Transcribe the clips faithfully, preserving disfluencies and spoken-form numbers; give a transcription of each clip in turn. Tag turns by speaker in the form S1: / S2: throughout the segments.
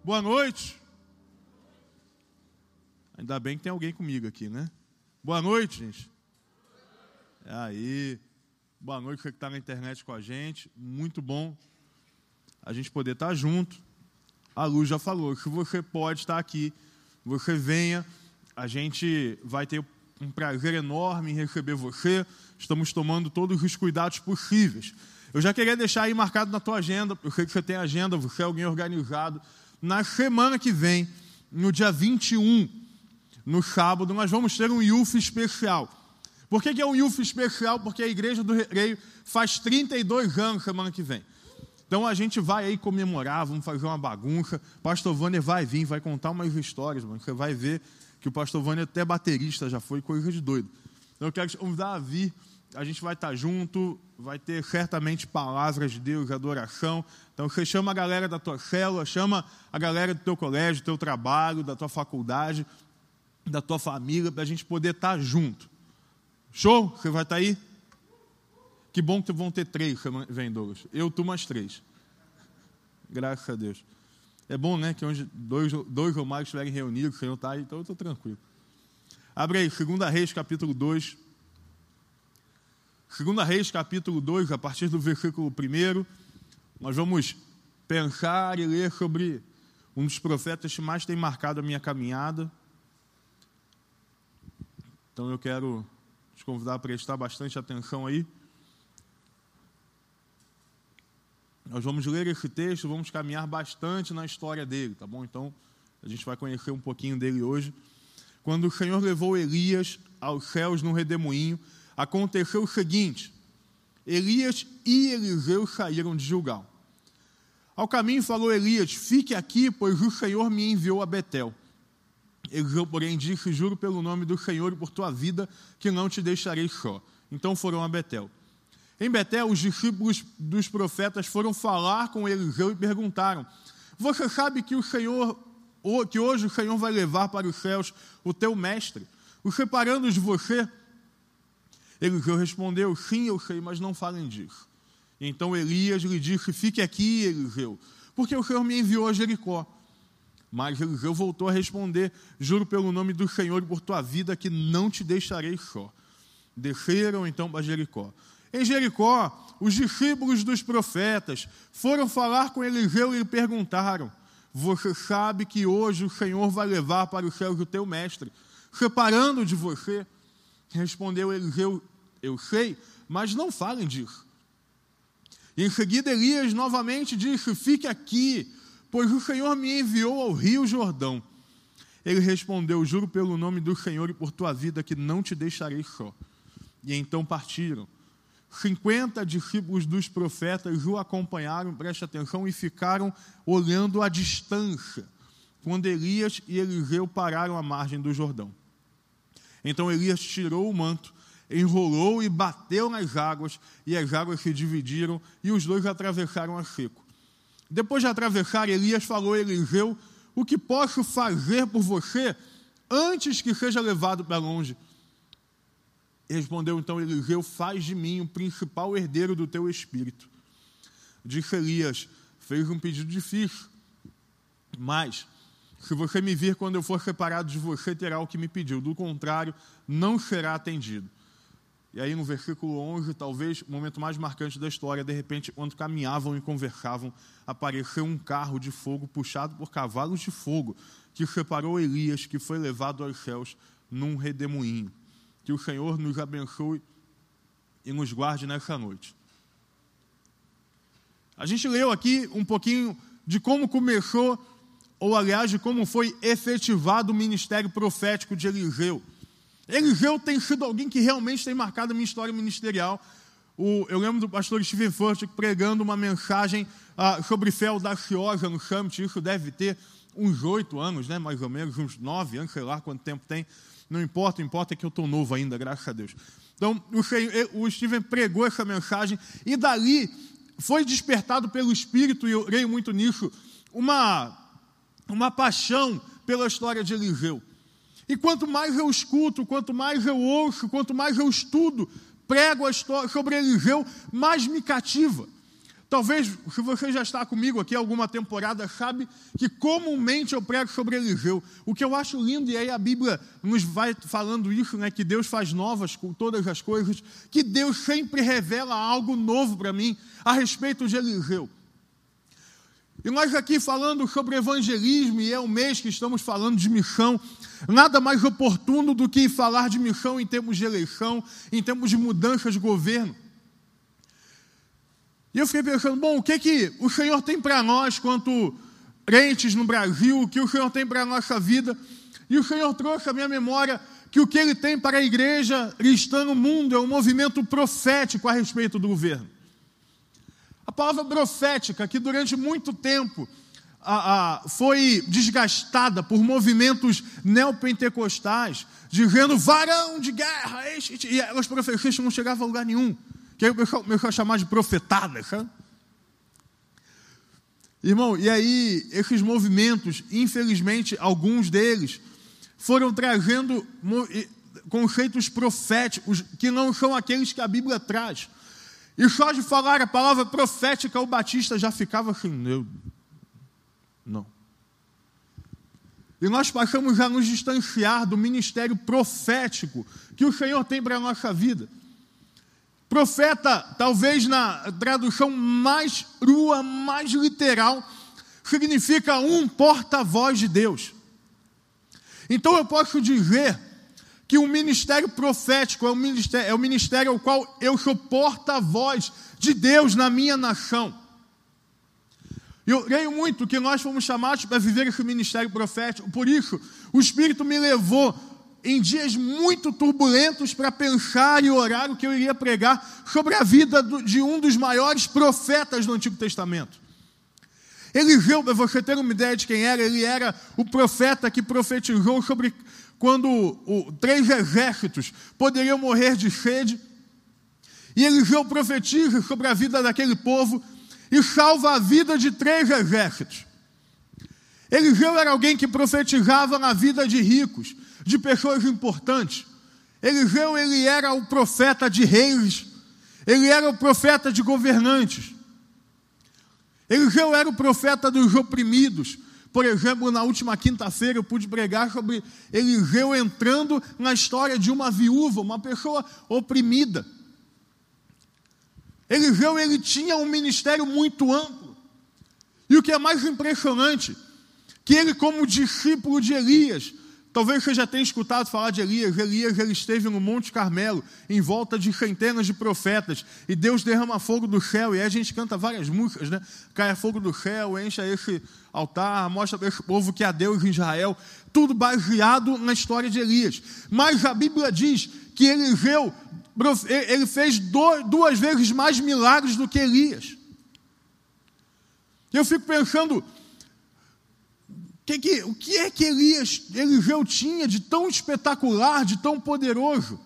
S1: Boa noite. Ainda bem que tem alguém comigo aqui, né? Boa noite, gente. É aí. Boa noite, você que está na internet com a gente. Muito bom a gente poder estar junto. A Lu já falou que você pode estar aqui, você venha. A gente vai ter um prazer enorme em receber você. Estamos tomando todos os cuidados possíveis. Eu já queria deixar aí marcado na tua agenda, eu sei que você tem agenda, você é alguém organizado. Na semana que vem, no dia vinte e um, no sábado, nós vamos ter um Youth especial. Por que que é um Youth especial? Porque a Igreja do Recreio faz trinta e dois anos semana que vem. Então a gente vai aí comemorar, vamos fazer uma bagunça. O pastor Vânia vai vir, vai contar umas histórias, mano. Você vai ver que o pastor Vânia até baterista já foi, coisa de doido. Então eu quero te convidar a vir, a gente vai estar junto, vai ter certamente palavras de Deus, adoração. Então você chama a galera da tua célula, chama a galera do teu colégio, do teu trabalho, da tua faculdade, da tua família, para a gente poder estar junto. Show? Você vai estar aí? Que bom que vão ter três vendedores. Eu, tu, mais três. Graças a Deus. É bom, né? Que onde dois, dois ou mais estiverem reunidos, o Senhor está aí, então eu estou tranquilo. Abre aí, Segunda Reis, capítulo dois. Segunda Reis, capítulo dois, a partir do versículo primeiro, nós vamos pensar e ler sobre um dos profetas que mais tem marcado a minha caminhada. Então eu quero te convidar a prestar bastante atenção aí. Nós vamos ler esse texto, vamos caminhar bastante na história dele, tá bom? Então, a gente vai conhecer um pouquinho dele hoje. Quando o Senhor levou Elias aos céus no redemoinho, aconteceu o seguinte: Elias e Eliseu saíram de Gilgal. Ao caminho falou Elias: fique aqui, pois o Senhor me enviou a Betel. Eliseu, porém, disse: juro pelo nome do Senhor e por tua vida que não te deixarei só. Então foram a Betel. Em Betel, os discípulos dos profetas foram falar com Eliseu e perguntaram: você sabe que o Senhor, que hoje o Senhor vai levar para os céus o teu mestre, o separando de você? Eliseu respondeu: sim, eu sei, mas não falem disso. Então Elias lhe disse: fique aqui, Eliseu, porque o Senhor me enviou a Jericó. Mas Eliseu voltou a responder: juro pelo nome do Senhor e por tua vida que não te deixarei só. Desceram então para Jericó. Em Jericó, os discípulos dos profetas foram falar com Eliseu e lhe perguntaram: você sabe que hoje o Senhor vai levar para os céus o teu mestre, separando de você? Respondeu Eliseu: eu sei, mas não falem disso. E em seguida Elias novamente disse: fique aqui, pois o Senhor me enviou ao rio Jordão. Ele respondeu: juro pelo nome do Senhor e por tua vida que não te deixarei só. E então partiram. cinquenta discípulos dos profetas o acompanharam, preste atenção, e ficaram olhando à distância, quando Elias e Eliseu pararam à margem do Jordão. Então Elias tirou o manto, enrolou e bateu nas águas, e as águas se dividiram, e os dois atravessaram a seco. Depois de atravessar, Elias falou a Eliseu: o que posso fazer por você antes que seja levado para longe? Respondeu então Eliseu: faz de mim o principal herdeiro do teu espírito. Disse Elias: fez um pedido difícil, mas se você me vir quando eu for separado de você, terá o que me pediu, do contrário, não será atendido. E aí no versículo onze, talvez o momento mais marcante da história, de repente, quando caminhavam e conversavam, apareceu um carro de fogo puxado por cavalos de fogo, que separou Elias, que foi levado aos céus num redemoinho. Que o Senhor nos abençoe e nos guarde nessa noite. A gente leu aqui um pouquinho de como começou, ou aliás, de como foi efetivado o ministério profético de Eliseu. Eliseu tem sido alguém que realmente tem marcado a minha história ministerial. O, eu lembro do pastor Steven Furtick pregando uma mensagem ah, sobre fé audaciosa no Summit. Isso deve ter uns oito anos, né, mais ou menos, uns nove anos, sei lá quanto tempo tem. Não importa, o importa é que eu estou novo ainda, graças a Deus. Então, o, o Steven pregou essa mensagem e dali foi despertado pelo Espírito, e eu creio muito nisso, uma, uma paixão pela história de Eliseu. E quanto mais eu escuto, quanto mais eu ouço, quanto mais eu estudo, prego a história sobre Eliseu, mais me cativa. Talvez, se você já está comigo aqui alguma temporada, sabe que comumente eu prego sobre Eliseu. O que eu acho lindo, e aí a Bíblia nos vai falando isso, né, que Deus faz novas com todas as coisas, que Deus sempre revela algo novo para mim a respeito de Eliseu. E nós aqui falando sobre evangelismo, e é o mês que estamos falando de missão, nada mais oportuno do que falar de missão em termos de eleição, em termos de mudança de governo. E eu fiquei pensando, bom, o que, que o Senhor tem para nós, quanto crentes no Brasil, o que o Senhor tem para a nossa vida? E o Senhor trouxe à minha memória que o que Ele tem para a igreja cristã no mundo é um movimento profético a respeito do governo. A palavra profética, que durante muito tempo a, a, foi desgastada por movimentos neopentecostais, dizendo, varão de guerra, este, e as profecias não chegavam a lugar nenhum. Que aí o pessoal começou a chamar de profetada, sabe? Irmão, e aí esses movimentos, infelizmente, alguns deles, foram trazendo conceitos proféticos que não são aqueles que a Bíblia traz. E só de falar a palavra profética, o Batista já ficava assim, eu, não. E nós passamos a nos distanciar do ministério profético que o Senhor tem para a nossa vida. Profeta, talvez na tradução mais crua, mais literal, significa um porta-voz de Deus. Então eu posso dizer que o ministério profético é o ministério, é o ministério ao qual eu sou porta-voz de Deus na minha nação. Eu creio muito que nós fomos chamados para viver esse ministério profético, por isso o Espírito me levou em dias muito turbulentos para pensar e orar o que eu iria pregar sobre a vida de um dos maiores profetas do Antigo Testamento. Eliseu, para você ter uma ideia de quem era, ele era o profeta que profetizou sobre quando o, três exércitos poderiam morrer de sede. E Eliseu profetiza sobre a vida daquele povo e salva a vida de três exércitos. Eliseu era alguém que profetizava na vida de ricos, de pessoas importantes. Eliseu, ele era o profeta de reis, ele era o profeta de governantes. Eliseu era o profeta dos oprimidos. Por exemplo, na última quinta-feira eu pude pregar sobre Eliseu entrando na história de uma viúva, uma pessoa oprimida. Eliseu, ele tinha um ministério muito amplo. E o que é mais impressionante, que ele, como discípulo de Elias, talvez você já tenha escutado falar de Elias. Elias, ele esteve no Monte Carmelo, em volta de centenas de profetas, e Deus derrama fogo do céu, e aí a gente canta várias músicas, né? Cai fogo do céu, encha esse altar, mostra para esse povo que há Deus em Israel, tudo baseado na história de Elias. Mas a Bíblia diz que Eliseu, ele fez duas vezes mais milagres do que Elias. Eu fico pensando, Que, que, o que é que Elias, Eliseu tinha de tão espetacular, de tão poderoso?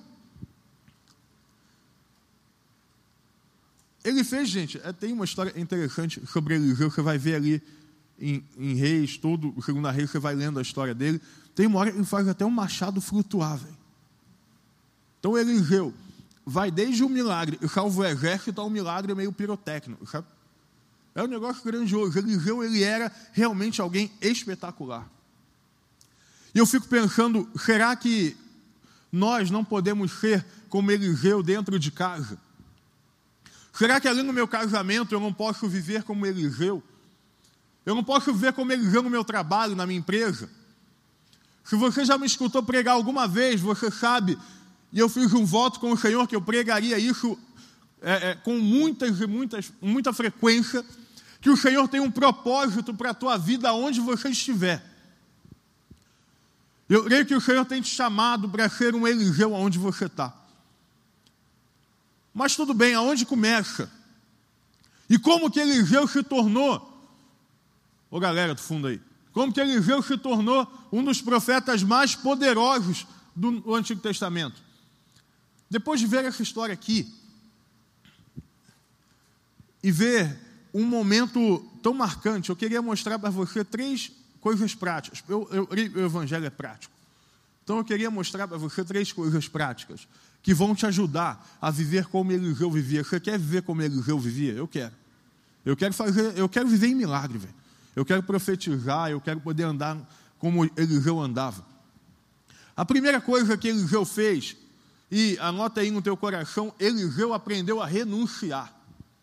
S1: Ele fez, gente, tem uma história interessante sobre Eliseu, você vai ver ali em, em Reis, todo o Segundo Reis, você vai lendo a história dele. Tem uma hora que ele faz até um machado flutuar, velho. Então Eliseu vai desde o milagre, salva o exército, ao milagre meio pirotécnico, sabe? É um negócio grandioso. Eliseu, ele era realmente alguém espetacular. E eu fico pensando, será que nós não podemos ser como Eliseu dentro de casa? Será que ali no meu casamento eu não posso viver como Eliseu? Eu não posso viver como Eliseu no meu trabalho, na minha empresa? Se você já me escutou pregar alguma vez, você sabe, e eu fiz um voto com o Senhor que eu pregaria isso é, é, com muitas e muitas, muita frequência, que o Senhor tem um propósito para a tua vida onde você estiver. Eu creio que o Senhor tem te chamado para ser um Eliseu onde você está. Mas tudo bem, aonde começa? E como que Eliseu se tornou? Ô galera do fundo aí. Como que Eliseu se tornou um dos profetas mais poderosos do, do Antigo Testamento? Depois de ver essa história aqui, e ver um momento tão marcante, eu queria mostrar para você três coisas práticas. Eu, eu, o Evangelho é prático. Então eu queria mostrar para você três coisas práticas que vão te ajudar a viver como Eliseu vivia. Você quer viver como Eliseu vivia? Eu quero. Eu quero fazer, eu quero viver em milagre, velho. Eu quero profetizar, eu quero poder andar como Eliseu andava. A primeira coisa que Eliseu fez, e anota aí no teu coração, Eliseu aprendeu a renunciar.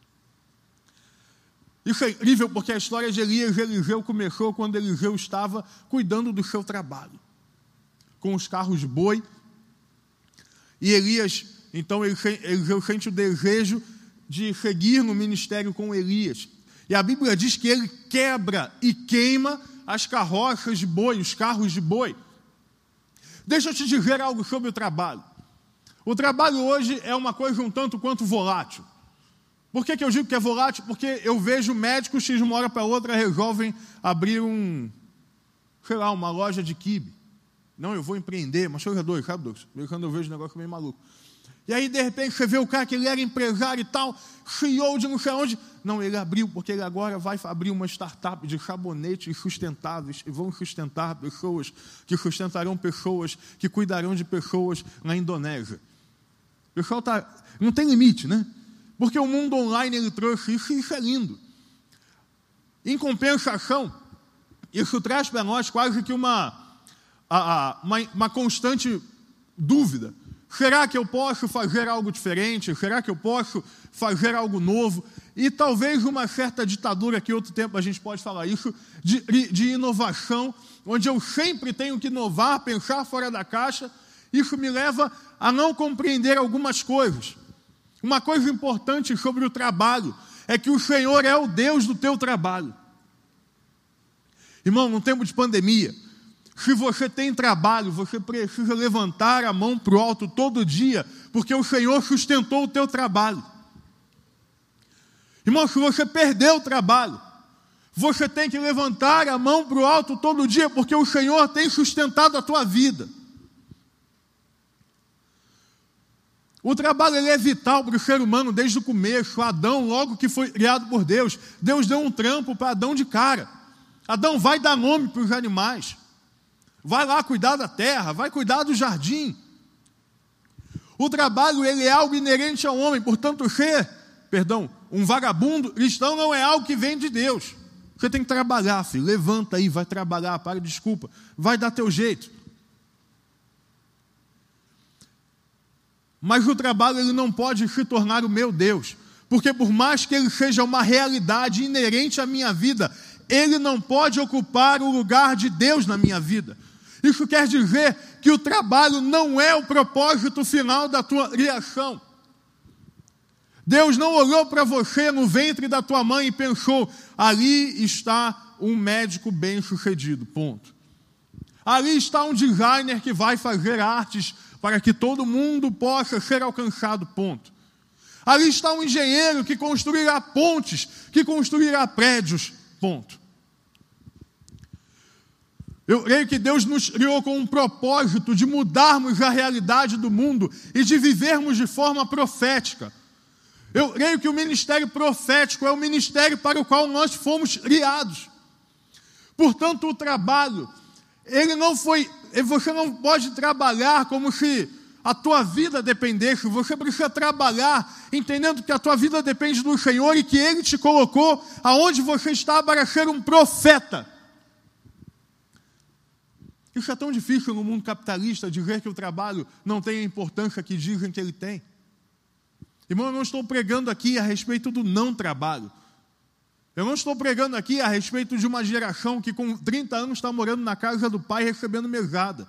S1: Isso é incrível porque a história de Elias e Eliseu começou quando Eliseu estava cuidando do seu trabalho, com os carros de boi. E Elias, então Eliseu sente o desejo de seguir no ministério com Elias. E a Bíblia diz que ele quebra e queima as carroças de boi, os carros de boi. Deixa eu te dizer algo sobre o trabalho. O trabalho hoje é uma coisa um tanto quanto volátil. Por que que eu digo que é volátil? Porque eu vejo médicos que de uma hora para outra resolvem abrir um, sei lá, uma loja de quibe. Não, eu vou empreender, mas sou doido, sabe, Douglas? Quando eu vejo um negócio meio maluco. E aí, de repente, você vê o cara que ele era empresário e tal, C E O de não sei onde. Não, ele abriu, porque ele agora vai abrir uma startup de sabonetes sustentáveis e vão sustentar pessoas, que sustentarão pessoas, que cuidarão de pessoas na Indonésia. O pessoal tá, não tem limite, né? Porque o mundo online ele trouxe isso e isso é lindo. Em compensação, isso traz para nós quase que uma, a, a, uma, uma constante dúvida. Será que eu posso fazer algo diferente? Será que eu posso fazer algo novo? E talvez uma certa ditadura, que outro tempo a gente pode falar isso, de, de inovação, onde eu sempre tenho que inovar, pensar fora da caixa. Isso me leva a não compreender algumas coisas. Uma coisa importante sobre o trabalho é que o Senhor é o Deus do teu trabalho. Irmão, num tempo de pandemia, se você tem trabalho, você precisa levantar a mão para o alto todo dia, porque o Senhor sustentou o teu trabalho. Irmão, se você perdeu o trabalho, você tem que levantar a mão para o alto todo dia, porque o Senhor tem sustentado a tua vida. O trabalho ele é vital para o ser humano desde o começo. Adão, logo que foi criado por Deus, Deus deu um trampo para Adão de cara. Adão, vai dar nome para os animais. Vai lá cuidar da terra, vai cuidar do jardim. O trabalho ele é algo inerente ao homem, portanto, ser, perdão, um vagabundo cristão não é algo que vem de Deus. Você tem que trabalhar, filho. Levanta aí, vai trabalhar, para, desculpa. Vai dar teu jeito. Mas o trabalho ele não pode se tornar o meu Deus, porque por mais que ele seja uma realidade inerente à minha vida, ele não pode ocupar o lugar de Deus na minha vida. Isso quer dizer que o trabalho não é o propósito final da tua criação. Deus não olhou para você no ventre da tua mãe e pensou, ali está um médico bem-sucedido, ponto. Ali está um designer que vai fazer artes para que todo mundo possa ser alcançado, ponto. Ali está um engenheiro que construirá pontes, que construirá prédios, ponto. Eu creio que Deus nos criou com um propósito de mudarmos a realidade do mundo e de vivermos de forma profética. Eu creio que o ministério profético é o ministério para o qual nós fomos criados. Portanto, o trabalho, ele não foi... Você não pode trabalhar como se a tua vida dependesse. Você precisa trabalhar entendendo que a tua vida depende do Senhor e que Ele te colocou aonde você está para ser um profeta. Isso é tão difícil no mundo capitalista, dizer que o trabalho não tem a importância que dizem que ele tem. Irmão, eu não estou pregando aqui a respeito do não trabalho. Eu não estou pregando aqui a respeito de uma geração que com trinta anos está morando na casa do pai recebendo mesada.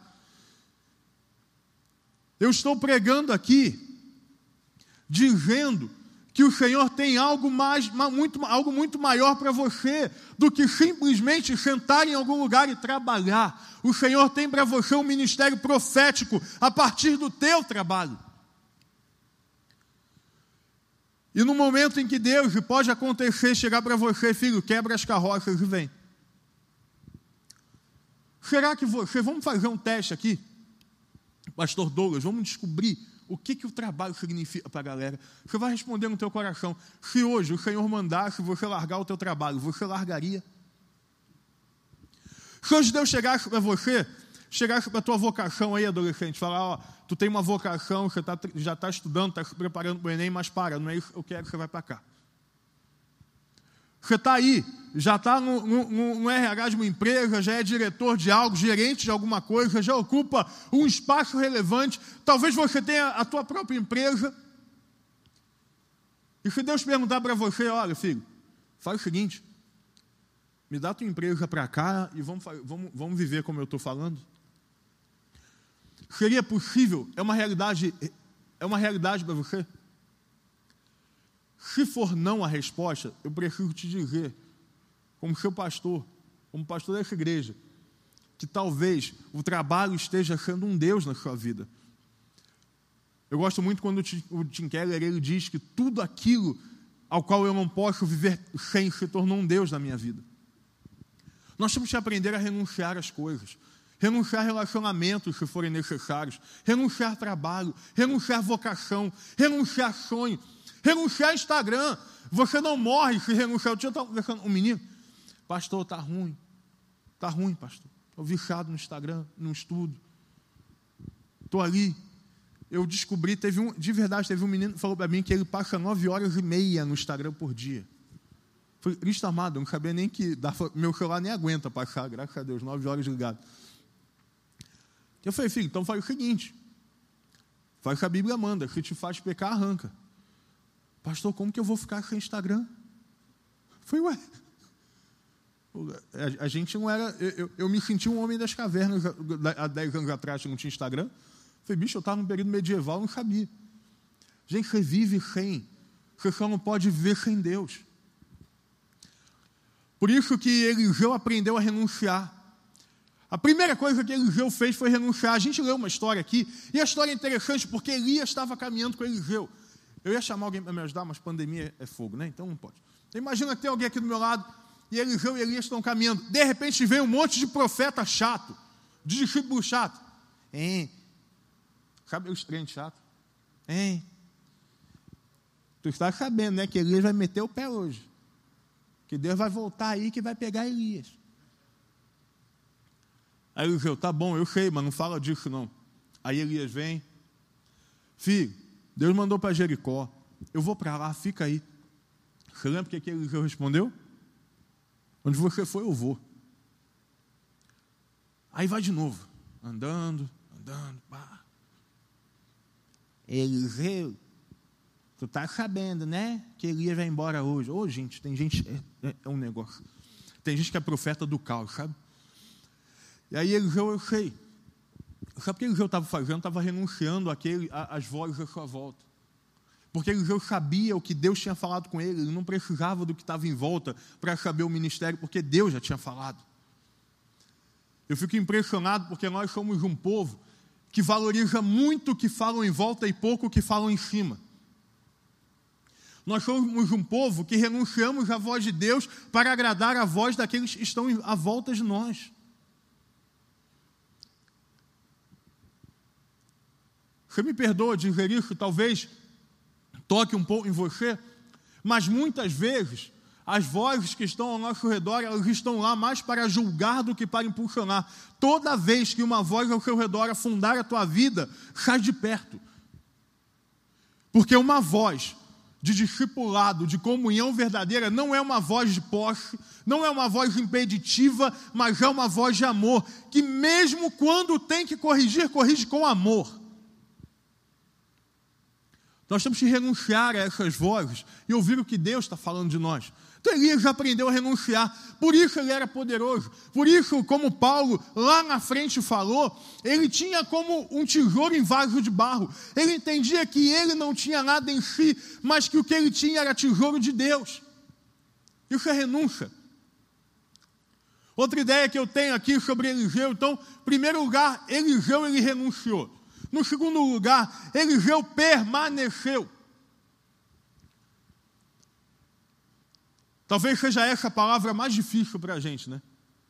S1: Eu estou pregando aqui, dizendo que o Senhor tem algo, mais, muito, algo muito maior para você do que simplesmente sentar em algum lugar e trabalhar. O Senhor tem para você um ministério profético a partir do teu trabalho. E no momento em que Deus, pode acontecer, chegar para você, filho, quebra as carroças e vem. Será que você, vamos fazer um teste aqui? Pastor Douglas, vamos descobrir o que, que o trabalho significa para a galera. Você vai responder no teu coração, se hoje o Senhor mandasse você largar o teu trabalho, você largaria? Se hoje Deus chegasse para você, chegasse para a tua vocação aí, adolescente, falar, ó, tu tem uma vocação, você tá, já está estudando, está se preparando para o Enem, mas para, não é isso que eu quero, você vai para cá. Você está aí, já está no, no, no R H de uma empresa, já é diretor de algo, gerente de alguma coisa, já ocupa um espaço relevante. Talvez você tenha a tua própria empresa. E se Deus perguntar para você, olha, filho, faz o seguinte, me dá a tua empresa para cá e vamos, vamos, vamos viver como eu estou falando. Seria possível? É uma realidade, é uma realidade para você? Se for não a resposta, eu preciso te dizer, como seu pastor, como pastor dessa igreja, que talvez o trabalho esteja sendo um Deus na sua vida. Eu gosto muito quando o Tim Keller ele diz que tudo aquilo ao qual eu não posso viver sem se tornou um Deus na minha vida. Nós temos que aprender a renunciar às coisas. Renunciar relacionamentos, se forem necessários. Renunciar trabalho. Renunciar vocação. Renunciar sonho. Renunciar Instagram. Você não morre se renunciar. Eu tinha estava conversando com um menino. Pastor, está ruim. Está ruim, pastor. Estou viciado no Instagram, no estudo. Estou ali. Eu descobri, teve um, de verdade, teve um menino que falou para mim que ele passa nove horas e meia no Instagram por dia. Foi Cristo amado, eu não sabia nem que dava, meu celular nem aguenta passar, graças a Deus, nove horas ligado. Eu falei, filho, então faz o seguinte, faz o que a Bíblia manda, se te faz pecar, arranca. Pastor, como que eu vou ficar sem Instagram? Eu falei, ué, a, a gente não era, eu, eu, eu me senti um homem das cavernas há dez anos atrás, que não tinha Instagram. Eu falei, bicho, eu estava num período medieval, não sabia. Gente, você vive sem, você só não pode viver sem Deus. Por isso que Eliseu aprendeu a renunciar. A primeira coisa que Eliseu fez foi renunciar. A gente leu uma história aqui, e a história é interessante porque Elias estava caminhando com Eliseu. Eu ia chamar alguém para me ajudar, mas pandemia é fogo, né? Então não pode. Imagina que tem alguém aqui do meu lado, e Eliseu e Elias estão caminhando. De repente vem um monte de profeta chato, de discípulo chato. Hein? Sabe os crentes chatos? Hein? Tu está sabendo, né, que Elias vai meter o pé hoje. Que Deus vai voltar aí que vai pegar Elias. Aí Eliseu, tá bom, eu sei, mas não fala disso não. Aí Elias vem, filho, Deus mandou para Jericó, eu vou para lá, fica aí. Você lembra o que, que Eliseu respondeu? Onde você for, eu vou. Aí vai de novo, andando, andando, pá. Eliseu, tu tá sabendo, né? Que Elias vai embora hoje. Ô, oh, gente, tem gente... É, é, é um negócio. Tem gente que é profeta do caos, sabe? E aí Eliseu, eu sei. Sabe o que Eliseu estava fazendo? Estava renunciando àquele, às vozes à sua volta. Porque Eliseu sabia o que Deus tinha falado com ele. Ele não precisava do que estava em volta para saber o ministério, porque Deus já tinha falado. Eu fico impressionado porque nós somos um povo que valoriza muito o que falam em volta e pouco o que falam em cima. Nós somos um povo que renunciamos à voz de Deus para agradar a voz daqueles que estão à volta de nós. Você me perdoa dizer isso, talvez toque um pouco em você, mas muitas vezes as vozes que estão ao nosso redor, elas estão lá mais para julgar do que para impulsionar. Toda vez que uma voz ao seu redor afundar a tua vida, sai de perto. Porque uma voz de discipulado, de comunhão verdadeira, não é uma voz de posse, não é uma voz impeditiva, mas é uma voz de amor, que mesmo quando tem que corrigir, corrige com amor. Nós temos que renunciar a essas vozes e ouvir o que Deus está falando de nós. Então Elias aprendeu a renunciar, por isso ele era poderoso, por isso, como Paulo lá na frente falou, ele tinha como um tesouro em vaso de barro. Ele entendia que ele não tinha nada em si, mas que o que ele tinha era tesouro de Deus. Isso é renúncia. Outra ideia que eu tenho aqui sobre Eliseu, então, em primeiro lugar, Eliseu ele renunciou. No segundo lugar, Eliseu permaneceu. Talvez seja essa a palavra mais difícil para a gente, né?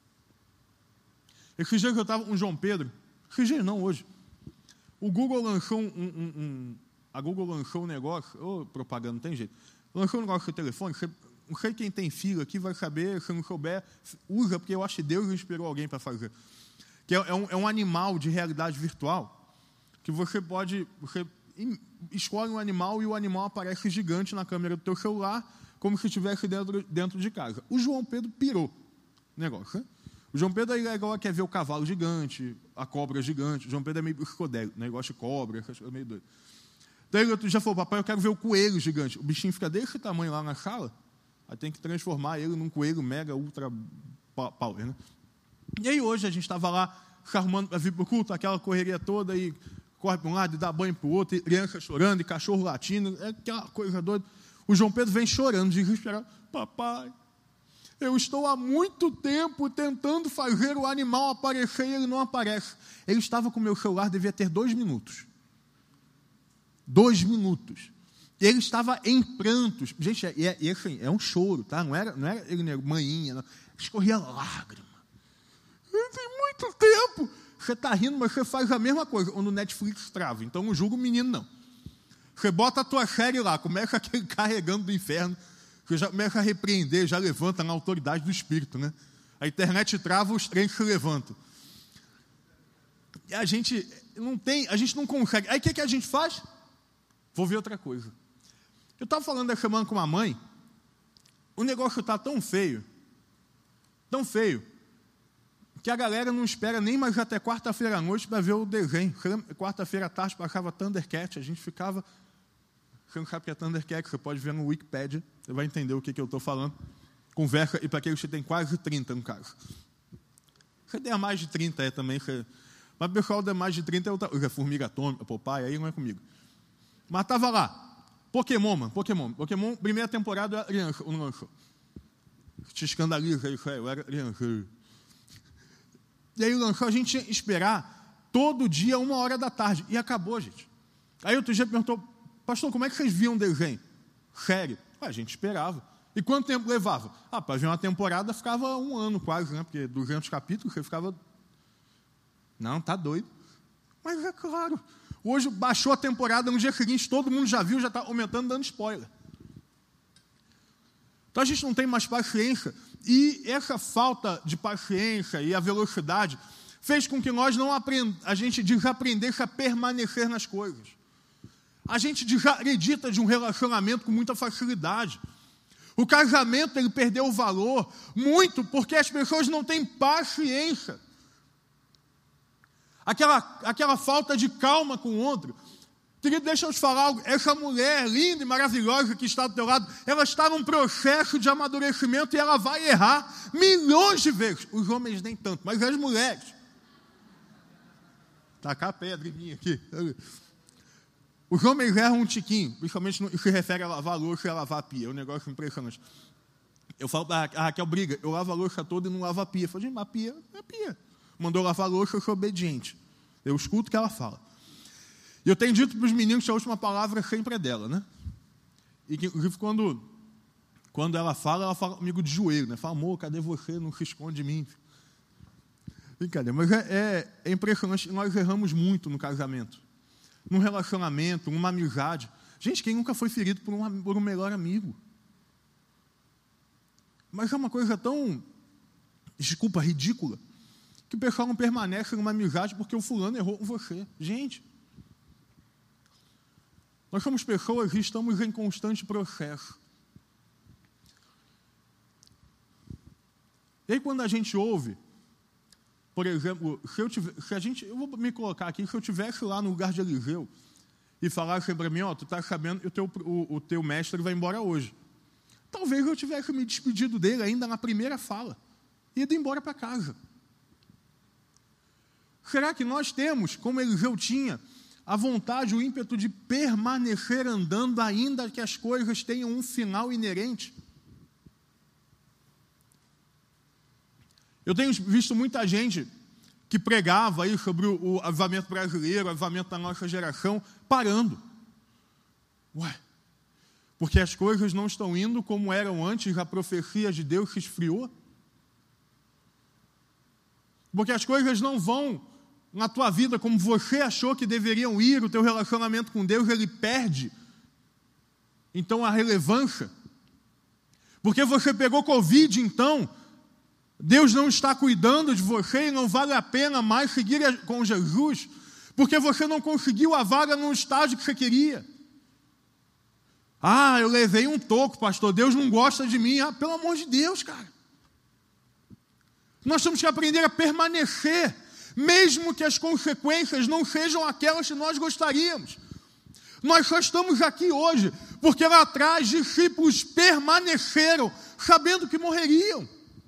S1: Esse dia que eu estava com o João Pedro, esse dia não, hoje, o Google lançou um, um, um a Google lançou um negócio, ô, oh, propaganda, não tem jeito, lançou um negócio no telefone, você, não sei quem tem filho aqui vai saber, se não souber, usa, porque eu acho que Deus inspirou alguém para fazer. Que é, é, um, é um animal de realidade virtual, que você pode, você escolhe um animal e o animal aparece gigante na câmera do teu celular, como se estivesse dentro, dentro de casa. O João Pedro pirou o negócio, né? O João Pedro é igual quer ver o cavalo gigante, a cobra gigante. O João Pedro é meio escodélico, negócio de cobra, é meio doido. Então ele já falou, papai, eu quero ver o coelho gigante. O bichinho fica desse tamanho lá na sala, aí tem que transformar ele num coelho mega, ultra power, né? E aí hoje a gente estava lá se arrumando para vir para o culto, aquela correria toda, e corre para um lado e dá banho para o outro, e criança chorando, e cachorro latindo, é aquela coisa doida. O João Pedro vem chorando, desesperado. Papai, eu estou há muito tempo tentando fazer o animal aparecer e ele não aparece. Ele estava com o meu celular, devia ter dois minutos. Dois minutos. Ele estava em prantos. Gente, é, é, é, assim, é um choro, tá? Não era, não era ele, né, manhinha, não. Escorria lágrima. Tem muito tempo. Você está rindo, mas você faz a mesma coisa. Ou no Netflix trava. Então não julga o menino, não. Você bota a tua série lá, começa aquele carregando do inferno. Você já começa a repreender, já levanta na autoridade do Espírito, né? A internet trava, os trens se levantam. E a gente não tem, a gente não consegue. Aí o que, que a gente faz? Vou ver outra coisa. Eu estava falando essa semana com uma mãe, o negócio está tão feio, tão feio, que a galera não espera nem mais até quarta-feira à noite para ver o desenho. Quarta-feira à tarde passava Thundercat, a gente ficava... Você não sabe o que é Thundercat, você pode ver no Wikipedia, você vai entender o que, que eu estou falando. Conversa, e para aqueles que tem quase trinta, no caso. Você tem a mais de trinta, é também. Você... Mas o pessoal der mais de trinta é outra coisa. Formiga atômica, Popeye, aí não é comigo. Mas estava lá. Pokémon, mano, Pokémon. Pokémon, primeira temporada, eu era criança, não lançou. Te escandaliza isso aí, eu era criança. E aí lançou, a gente tinha que esperar todo dia, uma hora da tarde. E acabou, gente. Aí outro dia perguntou, pastor, como é que vocês viam desenho? Sério. Ah, a gente esperava. E quanto tempo levava? Ah, para ver uma temporada ficava um ano quase, né? Porque duzentos capítulos, você ficava... Não, tá doido. Mas é claro. Hoje baixou a temporada, no dia seguinte todo mundo já viu, já está aumentando, dando spoiler. Então a gente não tem mais paciência. E essa falta de paciência e a velocidade fez com que nós não aprend... a gente desaprendesse a permanecer nas coisas. A gente desacredita de um relacionamento com muita facilidade. O casamento ele perdeu o valor muito porque as pessoas não têm paciência. Aquela, aquela falta de calma com o outro. Querido, deixa eu te falar algo. Essa mulher linda e maravilhosa que está do teu lado, ela está num processo de amadurecimento e ela vai errar milhões de vezes. Os homens nem tanto, mas as mulheres. Tacar a pedrinha aqui. Os homens erram um tiquinho, principalmente no, se refere a lavar a louça e a lavar a pia. É um negócio impressionante. Eu falo para a Raquel, briga, eu lavo a louça toda e não lavo a pia. Eu falo, gente, mas a pia é a pia. Mandou lavar a louça, eu sou obediente. Eu escuto o que ela fala. E eu tenho dito para os meninos que a última palavra sempre é dela, né? E que, inclusive, quando, quando ela fala, ela fala comigo de joelho, né? Fala, amor, cadê você? Não se esconde de mim. Brincadeira, mas é, é, é impressionante, nós erramos muito no casamento. Num relacionamento, numa amizade. Gente, quem nunca foi ferido por um, por um melhor amigo? Mas é uma coisa tão, desculpa, ridícula, que o pessoal não permanece numa amizade porque o fulano errou com você. Gente, nós somos pessoas e estamos em constante processo. E aí quando a gente ouve, por exemplo, se, eu tive, se a gente, eu vou me colocar aqui, se eu estivesse lá no lugar de Eliseu e falasse para mim, ó, tu está sabendo que o teu, o, o teu mestre vai embora hoje. Talvez eu tivesse me despedido dele ainda na primeira fala e ido embora para casa. Será que nós temos, como Eliseu tinha, a vontade, o ímpeto de permanecer andando ainda que as coisas tenham um final inerente? Eu tenho visto muita gente que pregava aí sobre o, o avivamento brasileiro, o avivamento da nossa geração, parando. Ué, porque as coisas não estão indo como eram antes, a profecia de Deus se esfriou? Porque as coisas não vão na tua vida como você achou que deveriam ir, o teu relacionamento com Deus, ele perde, então, a relevância. Porque você pegou Covid, então, Deus não está cuidando de você e não vale a pena mais seguir com Jesus, porque você não conseguiu a vaga no estágio que você queria. Ah, eu levei um toco, pastor, Deus não gosta de mim. Ah, pelo amor de Deus, cara. Nós temos que aprender a permanecer, mesmo que as consequências não sejam aquelas que nós gostaríamos. Nós só estamos aqui hoje porque lá atrás discípulos permaneceram sabendo que morreriam.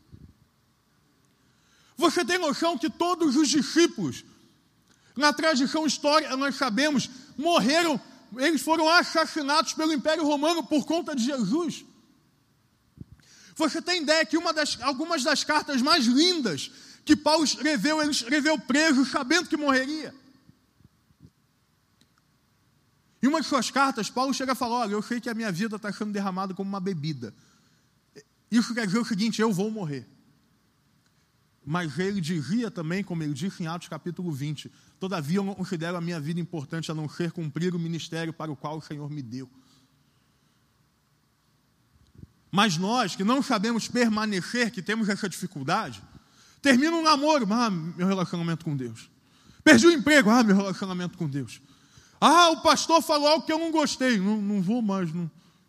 S1: Você tem noção que todos os discípulos, na tradição histórica, nós sabemos, morreram, eles foram assassinados pelo Império Romano por conta de Jesus. Você tem ideia que uma das, algumas das cartas mais lindas que Paulo escreveu, ele escreveu preso, sabendo que morreria. Em uma de suas cartas, Paulo chega a falar, olha, eu sei que a minha vida está sendo derramada como uma bebida. Isso quer dizer o seguinte, eu vou morrer. Mas ele dizia também, como ele disse em Atos capítulo vinte, todavia eu não considero a minha vida importante a não ser cumprir o ministério para o qual o Senhor me deu. Mas nós, que não sabemos permanecer, que temos essa dificuldade, termina um namoro, ah, meu relacionamento com Deus. Perdi o emprego, ah, meu relacionamento com Deus. Ah, o pastor falou algo que eu não gostei, não, não vou mais, não.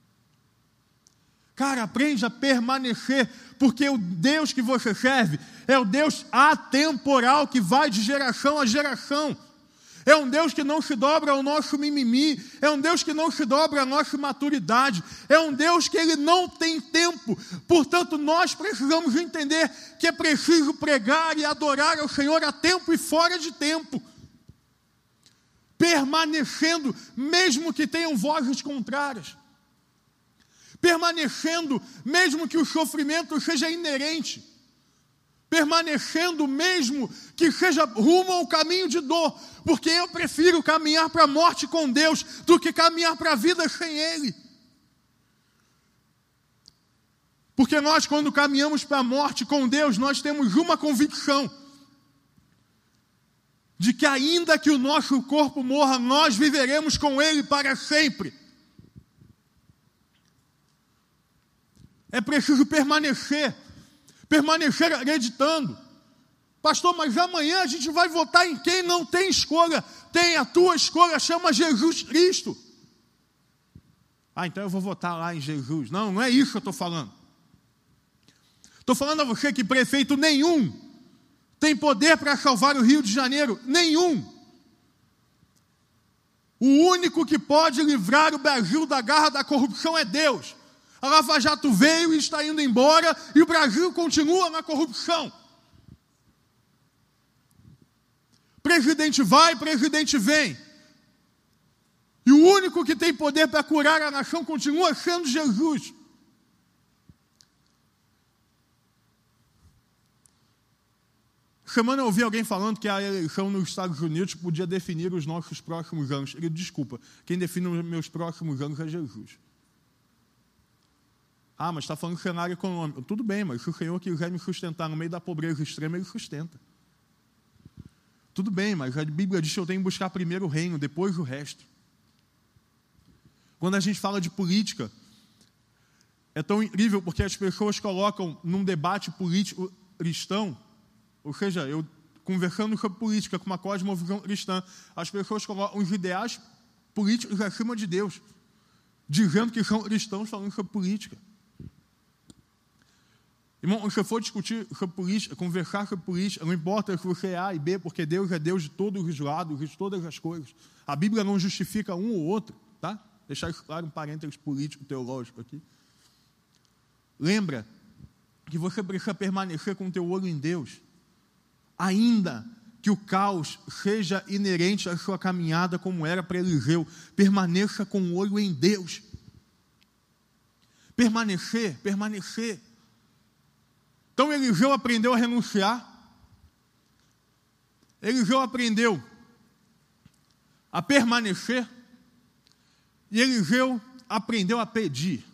S1: Cara, aprende a permanecer, porque o Deus que você serve é o Deus atemporal, que vai de geração a geração. É um Deus que não se dobra ao nosso mimimi, é um Deus que não se dobra à nossa maturidade, é um Deus que Ele não tem tempo. Portanto, nós precisamos entender que é preciso pregar e adorar ao Senhor a tempo e fora de tempo. Permanecendo, mesmo que tenham vozes contrárias. Permanecendo, mesmo que o sofrimento seja inerente. Permanecendo, mesmo que seja rumo ao caminho de dor. Porque eu prefiro caminhar para a morte com Deus do que caminhar para a vida sem Ele. Porque nós, quando caminhamos para a morte com Deus, nós temos uma convicção. De que ainda que o nosso corpo morra, nós viveremos com Ele para sempre. É preciso permanecer. Permanecer acreditando. Pastor, mas amanhã a gente vai votar em quem? Não tem escolha. Tem a tua escolha, chama Jesus Cristo. Ah, então eu vou votar lá em Jesus. Não, não é isso que eu estou falando. Estou falando a você que prefeito nenhum tem poder para salvar o Rio de Janeiro. Nenhum. O único que pode livrar o Brasil da garra da corrupção é Deus. A Lava Jato veio e está indo embora e o Brasil continua na corrupção. Presidente vai, presidente vem. E o único que tem poder para curar a nação continua sendo Jesus. Semana eu ouvi alguém falando que a eleição nos Estados Unidos podia definir os nossos próximos anos. Ele, desculpa, quem define os meus próximos anos é Jesus. Ah, mas está falando de cenário econômico. Tudo bem, mas se o Senhor quiser me sustentar no meio da pobreza extrema, Ele sustenta. Tudo bem, mas a Bíblia diz que eu tenho que buscar primeiro o reino, depois o resto. Quando a gente fala de política, é tão incrível porque as pessoas colocam num debate político cristão, ou seja, eu conversando sobre política com uma cosmovisão cristã, as pessoas colocam os ideais políticos acima de Deus, dizendo que são cristãos falando sobre política. Irmão, se você for discutir sobre política, conversar sobre política, não importa se você é A e B, porque Deus é Deus de todos os lados, de todas as coisas. A Bíblia não justifica um ou outro, tá? Deixar isso claro, um parênteses político-teológico aqui. Lembra que você precisa permanecer com o teu olho em Deus, ainda que o caos seja inerente à sua caminhada, como era para Eliseu. Permaneça com o olho em Deus. Permanecer, permanecer. Então Eliseu aprendeu a renunciar. Eliseu aprendeu a permanecer. E Eliseu aprendeu a pedir.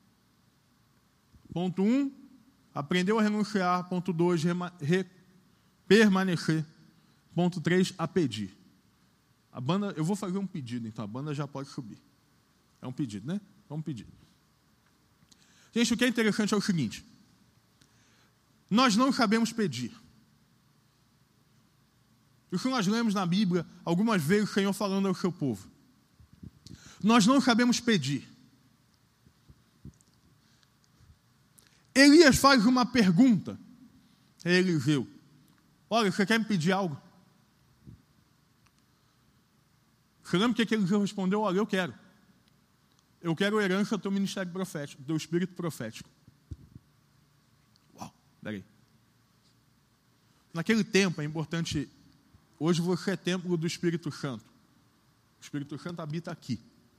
S1: Ponto um, aprendeu a renunciar. Ponto dois, re, permanecer. Ponto três, a pedir. A banda, eu vou fazer um pedido, então a banda já pode subir. É um pedido, né? Vamos pedir. Gente, o que é interessante é o seguinte. Nós não sabemos pedir. Isso nós lemos na Bíblia, algumas vezes o Senhor falando ao seu povo. Nós não sabemos pedir. Elias faz uma pergunta a Eliseu: olha, você quer me pedir algo? Você lembra o que, que Eliseu respondeu? Olha, eu quero. Eu quero herança do teu ministério profético, do teu espírito profético. Uau, peraí. Naquele tempo, é importante, hoje você é templo do Espírito Santo. O Espírito Santo habita aqui.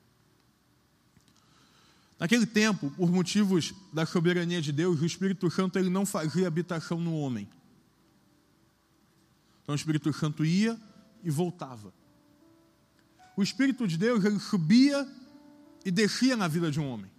S1: Naquele tempo, por motivos da soberania de Deus, o Espírito Santo ele não fazia habitação no homem. Então o Espírito Santo ia e voltava. O Espírito de Deus ele subia e descia na vida de um homem.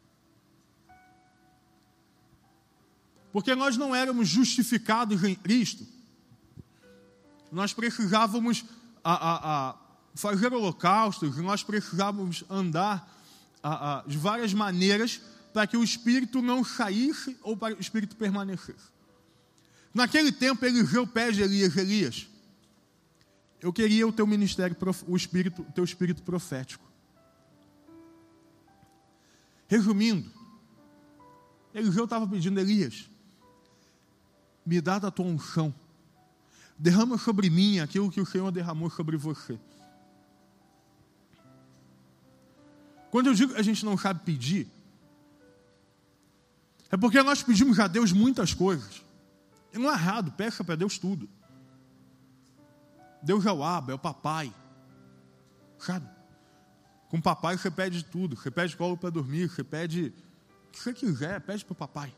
S1: Porque nós não éramos justificados em Cristo. Nós precisávamos a, a, a fazer holocaustos, nós precisávamos andar a, a, de várias maneiras para que o Espírito não saísse ou para que o Espírito permanecesse. Naquele tempo, Eliseu pede a Elias: Elias, eu queria o teu ministério, o espírito, o teu espírito profético. Resumindo, Eliseu estava pedindo: Elias, me dá da tua unção, derrama sobre mim aquilo que o Senhor derramou sobre você. Quando eu digo que a gente não sabe pedir, é porque nós pedimos a Deus muitas coisas. E não é errado, peça para Deus tudo. Deus é o Abba, é o papai. Sabe? Com o papai você pede tudo. Você pede colo para dormir, você pede o que você quiser, pede para o papai.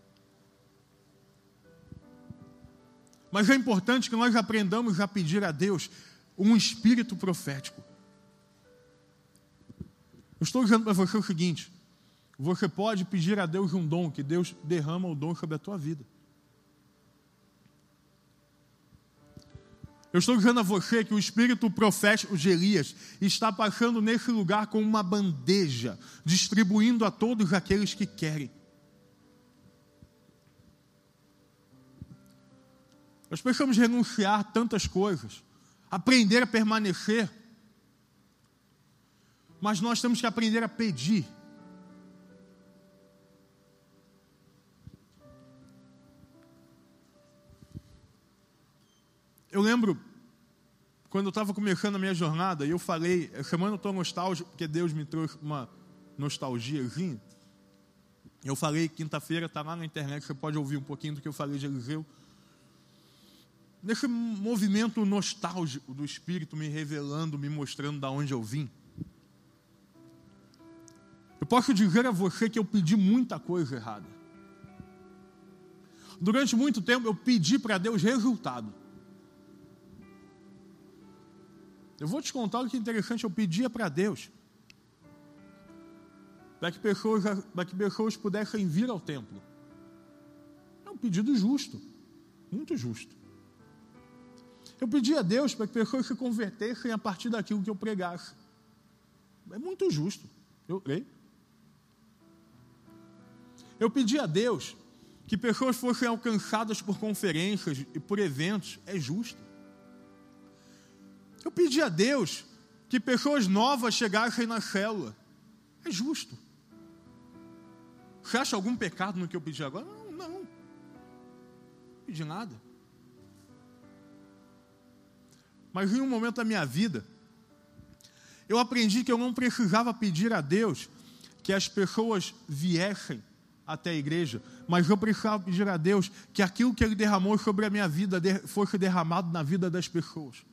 S1: Mas é importante que nós aprendamos a pedir a Deus um espírito profético. Eu estou dizendo para você o seguinte: você pode pedir a Deus um dom, que Deus derrama o dom sobre a tua vida. Eu estou dizendo a você que o espírito profético de Elias está passando nesse lugar com uma bandeja, distribuindo a todos aqueles que querem. Nós precisamos renunciar a tantas coisas, aprender a permanecer, mas nós temos que aprender a pedir. Eu lembro, quando eu estava começando a minha jornada, e eu falei, essa semana eu estou nostálgico, porque Deus me trouxe uma nostalgiazinha. Eu falei, quinta-feira, está lá na internet, você pode ouvir um pouquinho do que eu falei de Eliseu. Nesse movimento nostálgico do Espírito me revelando, me mostrando de onde eu vim, eu posso dizer a você que eu pedi muita coisa errada. Durante muito tempo eu pedi para Deus resultado. Eu vou te contar o que é interessante, eu pedia para Deus para que pessoas, para que pessoas pudessem vir ao templo. É um pedido justo, muito justo. Eu pedi a Deus para que pessoas se convertessem a partir daquilo que eu pregasse. É muito justo, eu creio. Eu pedi a Deus que pessoas fossem alcançadas por conferências e por eventos. É justo. Eu pedi a Deus que pessoas novas chegassem na célula. É justo. Você acha algum pecado no que eu pedi agora? Não, não. Não pedi nada. Mas em um momento da minha vida, eu aprendi que eu não precisava pedir a Deus que as pessoas viessem até a igreja, mas eu precisava pedir a Deus que aquilo que Ele derramou sobre a minha vida fosse derramado na vida das pessoas.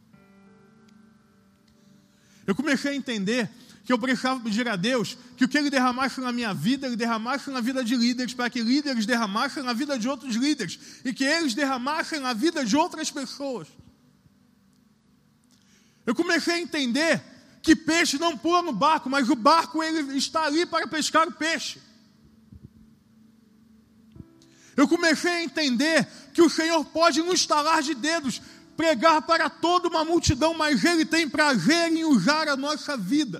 S1: Eu comecei a entender que eu precisava pedir a Deus que o que Ele derramasse na minha vida, Ele derramasse na vida de líderes, para que líderes derramassem na vida de outros líderes, e que eles derramassem na vida de outras pessoas. Eu comecei a entender que peixe não pula no barco, mas o barco ele está ali para pescar o peixe. Eu comecei a entender que o Senhor pode, no estalar de dedos, pregar para toda uma multidão, mas Ele tem prazer em usar a nossa vida.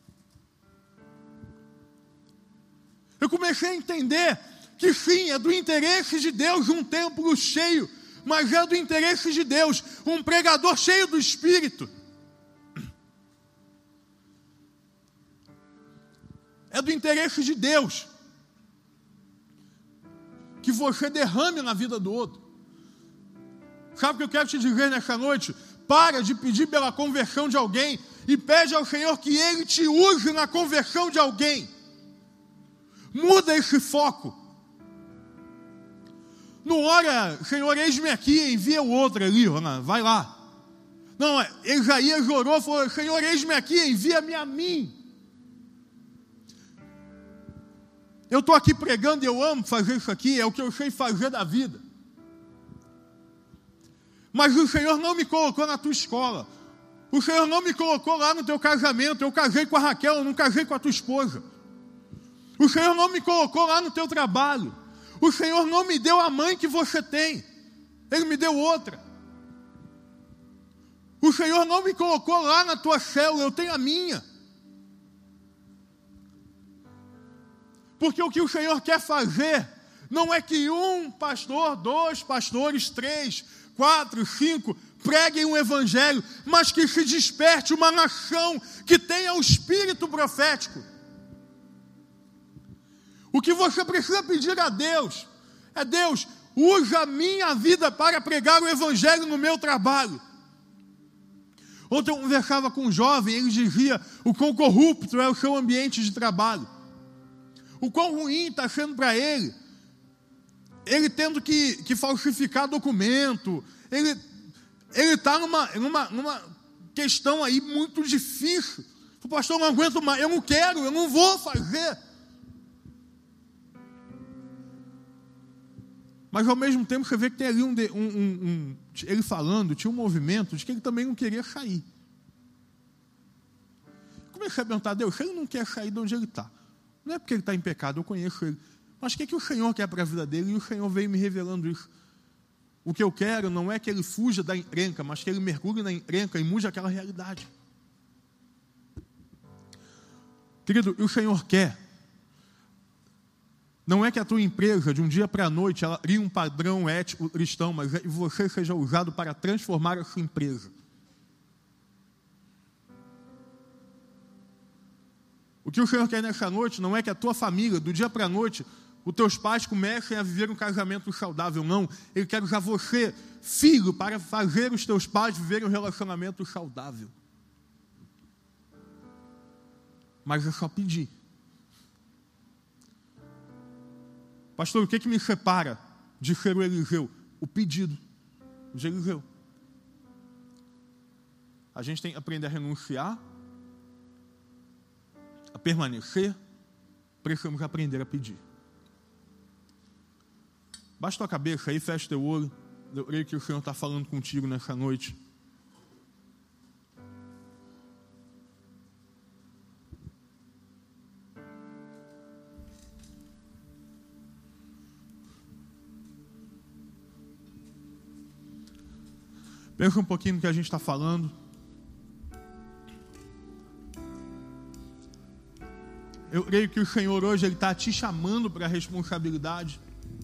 S1: Eu comecei a entender que sim, é do interesse de Deus um templo cheio, mas é do interesse de Deus um pregador cheio do Espírito. É do interesse de Deus que você derrame na vida do outro. Sabe o que eu quero te dizer nessa noite? Para de pedir pela conversão de alguém e pede ao Senhor que Ele te use na conversão de alguém. Muda esse foco. Não ora, Senhor, eis-me aqui, envia o outro ali, vai lá. Não, Isaías orou e falou, Senhor, eis-me aqui, envia-me a mim. Eu estou aqui pregando e eu amo fazer isso aqui, é o que eu sei fazer da vida. Mas o Senhor não me colocou na tua escola. O Senhor não me colocou lá no teu casamento. Eu casei com a Raquel, eu não casei com a tua esposa. O Senhor não me colocou lá no teu trabalho. O Senhor não me deu a mãe que você tem. Ele me deu outra. O Senhor não me colocou lá na tua célula, eu tenho a minha. Porque o que o Senhor quer fazer não é que um pastor, dois pastores, três, quatro, cinco preguem um evangelho, mas que se desperte uma nação que tenha o espírito profético. O que você precisa pedir a Deus é: Deus, usa a minha vida para pregar o evangelho no meu trabalho. Ontem eu conversava com um jovem, ele dizia o quão corrupto é o seu ambiente de trabalho. O quão ruim está sendo para ele. Ele tendo que, que falsificar documento. Ele está numa, numa, numa questão aí muito difícil. O pastor, eu não aguento mais, eu não quero, eu não vou fazer. Mas ao mesmo tempo você vê que tem ali um, um, um, um ele falando, tinha um movimento de que ele também não queria sair. Comecei a perguntar a Deus, se ele não quer sair de onde ele está, não é porque ele está em pecado, eu conheço ele, mas o que, é que o Senhor quer para a vida dele? E o Senhor veio me revelando isso. O que eu quero não é que ele fuja da encrenca, mas que ele mergulhe na encrenca e mude aquela realidade. Querido, o Senhor quer. Não é que a tua empresa, de um dia para a noite, ela crie um padrão ético cristão, mas é que você seja usado para transformar a sua empresa. O que o Senhor quer nessa noite não é que a tua família, do dia para a noite, os teus pais comecem a viver um casamento saudável, não. Ele quer usar você, filho, para fazer os teus pais viverem um relacionamento saudável. Mas é só pedir. Pastor, o que, que me separa de ser o Eliseu? O pedido de Eliseu. A gente tem que aprender a renunciar, a permanecer, precisamos aprender a pedir. Baixa tua cabeça aí, fecha teu olho. Eu creio que o Senhor está falando contigo nessa noite. Pensa um pouquinho no que a gente está falando. Eu creio que o Senhor hoje ele está te chamando para a responsabilidade.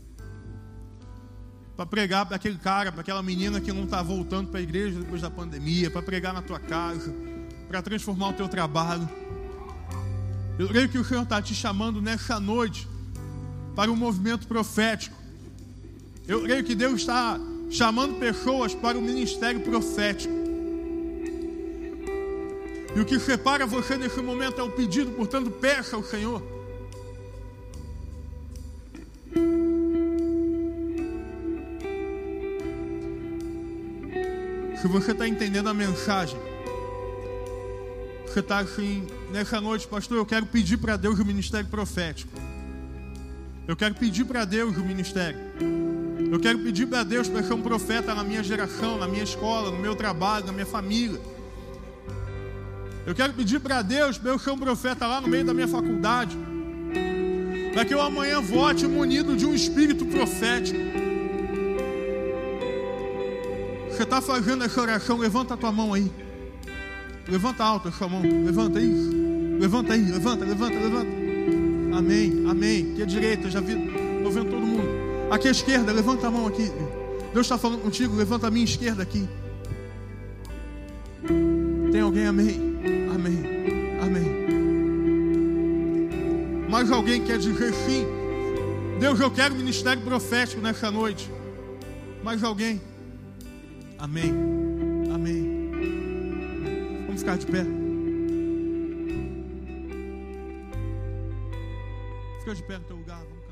S1: Para pregar para aquele cara, para aquela menina que não está voltando para a igreja depois da pandemia. Para pregar na tua casa. Para transformar o teu trabalho. Eu creio que o Senhor está te chamando nessa noite para um movimento profético. Eu creio que Deus está chamando pessoas para o ministério profético. E o que separa você nesse momento é o pedido, portanto, peça ao Senhor. Se você está entendendo a mensagem, você está assim, nessa noite, pastor, eu quero pedir para Deus o ministério profético. Eu quero pedir para Deus o ministério. Eu quero pedir para Deus para ser um profeta na minha geração, na minha escola, no meu trabalho, na minha família. Eu quero pedir para Deus para eu ser um profeta lá no meio da minha faculdade. Para que eu amanhã vote munido de um espírito profético. Você está fazendo essa oração, levanta a tua mão aí. Levanta alto a sua mão, levanta isso. Levanta aí, levanta, levanta, levanta. Amém, amém. Aqui à direita, já vi, estou vendo todo mundo. Aqui à esquerda, levanta a mão aqui. Deus está falando contigo, levanta a minha esquerda aqui. Tem alguém? Amém, amém, amém. Mais alguém quer dizer sim? Deus, eu quero ministério profético nessa noite. Mais alguém? Amém. Amém. Vamos ficar de pé. Fica de pé no teu lugar. Vamos.